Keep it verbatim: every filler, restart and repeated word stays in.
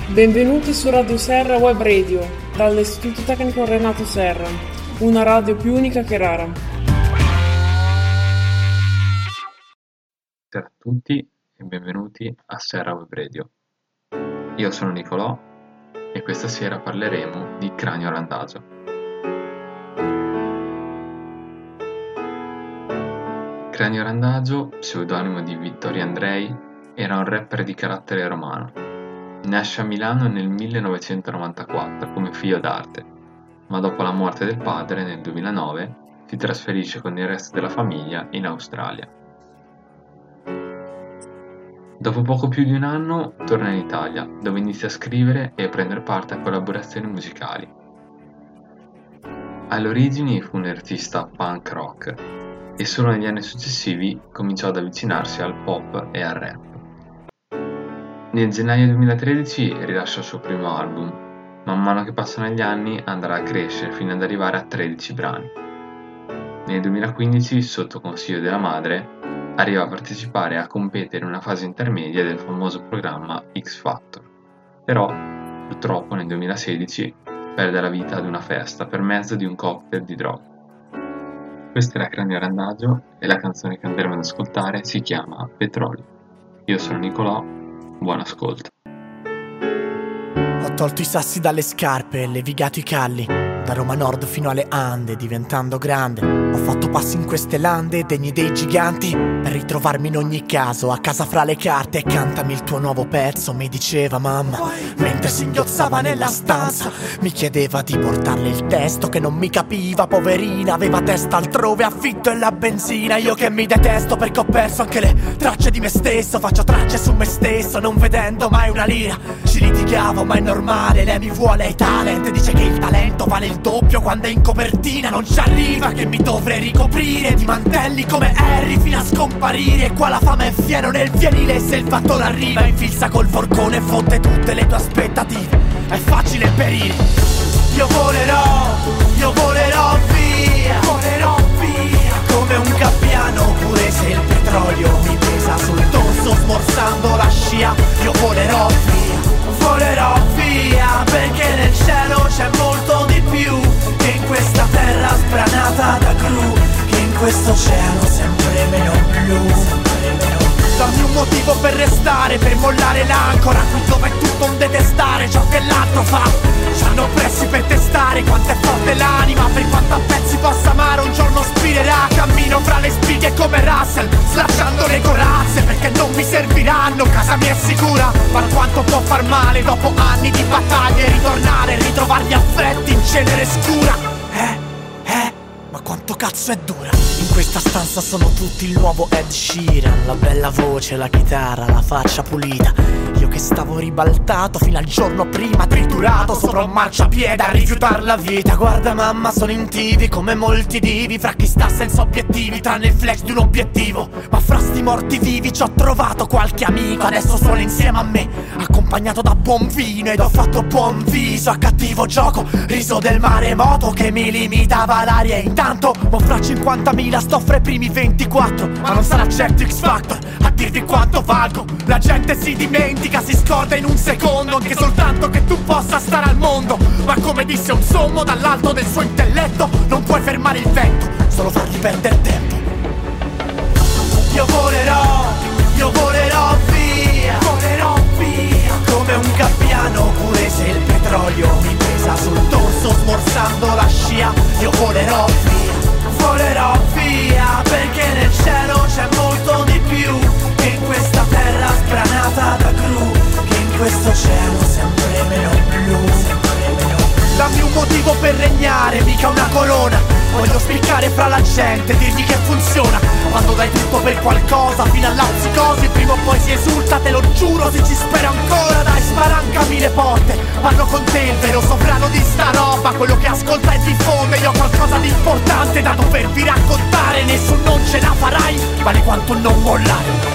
Benvenuti su Radio Serra Web Radio, dall'Istituto Tecnico Renato Serra, una radio più unica che rara. Buonasera a tutti e benvenuti a Serra Web Radio. Io sono Nicolò e questa sera parleremo di Cranio Randagio. Cranio Randagio, pseudonimo di Vittorio Andrei, era un rapper di carattere romano. Nasce a Milano nel millenovecentonovantaquattro come figlio d'arte, ma dopo la morte del padre nel duemilanove si trasferisce con il resto della famiglia in Australia. Dopo poco più di un anno torna in Italia, dove inizia a scrivere e a prendere parte a collaborazioni musicali. Alle origini fu un artista punk rock e solo negli anni successivi cominciò ad avvicinarsi al pop e al rap. Nel gennaio duemilatredici rilascia il suo primo album. Man mano che passano gli anni andrà a crescere fino ad arrivare a tredici brani. Nel duemilaquindici, sotto consiglio della madre, arriva a partecipare e a competere in una fase intermedia del famoso programma X Factor. Però, purtroppo nel duemilasedici perde la vita ad una festa per mezzo di un cocktail di droga. Questa è la Cranio Randagio e la canzone che andremo ad ascoltare si chiama Petrolio. Io sono Nicolò. Buon ascolto. Ho tolto i sassi dalle scarpe e levigato i calli, da Roma Nord fino alle Ande, diventando grande. Ho fatto passi in queste lande, degni dei giganti, per ritrovarmi in ogni caso, a casa fra le carte. Cantami il tuo nuovo pezzo, mi diceva mamma, mentre singhiozzava nella stanza. Mi chiedeva di portarle il testo, che non mi capiva, poverina. Aveva testa altrove, affitto e la benzina. Io che mi detesto perché ho perso anche le tracce di me stesso. Faccio tracce su me stesso, non vedendo mai una lira. Ci litigavo, ma è normale, lei mi vuole ai talent. Dice che il talento vale il doppio quando è in copertina. Non ci arriva, che mi dovrei ricoprire di mantelli come Harry fino a scomparire. Qua la fame è fieno nel fienile, se il fattore arriva infilza col forcone e fotte tutte le tue aspettative. È facile perire. Io volerò, io volerò via, volerò via come un gabbiano, pure se il petrolio mi pesa sul dorso smorzando la scia. Io volerò via, volerò via, perché nel cielo c'è molto di più che in questa terra sbranata da gru, che in questo cielo sempre meno blu, sempre meno blu. Dammi un motivo per restare, per mollare l'ancora qui dove è tutto un detestare ciò che l'altro fa. C'hanno pressi per testare quanto è forte l'anima, per quanto a pezzi possa amare un giorno spirerà. Cammino fra le spighe come Russell, slacciando le corazze perché non mi serviranno. Casa mia è sicura, ma quanto può far male dopo anni di battaglie ritornare e ritrovare gli affetti in cenere scura. Eh, eh, ma quanto cazzo è dura. In questa stanza sono tutti il nuovo Ed Sheeran, la bella voce, la chitarra, la faccia pulita. Io che stavo ribaltato fino al giorno prima, triturato sopra un marciapiede a rifiutar la vita. Guarda mamma, sono in tivi come molti divi, fra chi sta senza obiettivi, tranne il flash di un obiettivo. Ma fra sti morti vivi ci ho trovato qualche amico, adesso suona insieme a me, accompagnato da buon vino, ed ho fatto buon viso a cattivo gioco. Riso del maremoto che mi limitava l'aria, e intanto mo fra cinquantamila sto fra i primi ventiquattro. Ma non sarà certo X Factor a dirvi quanto valgo. La gente si dimentica, si scorda in un secondo anche soltanto che tu possa stare al mondo. Ma come disse un sommo dall'alto del suo intelletto, non puoi fermare il vento, solo fargli perdere tempo. Io volerò, io volerò via, volerò via come un gabbiano, pure se il petrolio mi pesa sul dorso smorzando la scia. Io volerò via, volerò via, perché nel cielo c'è molto di più che in questa terra sbranata da gru, che in questo cielo sempre meno blu, sempre meno blu. Dammi un motivo per regnare, mica una corona. Voglio spiccare fra la gente, dirgli che funziona. Quando dai tutto per qualcosa, fino alla psicosi, prima o poi si esulta, te lo giuro, se ci spero ancora. Dai, sparancami le porte, parlo con te, il vero sovrano di sta roba, quello che ascolta e diffonde. Io ho qualcosa di importante da dovervi raccontare, nessun non ce la farai, vale quanto non mollare.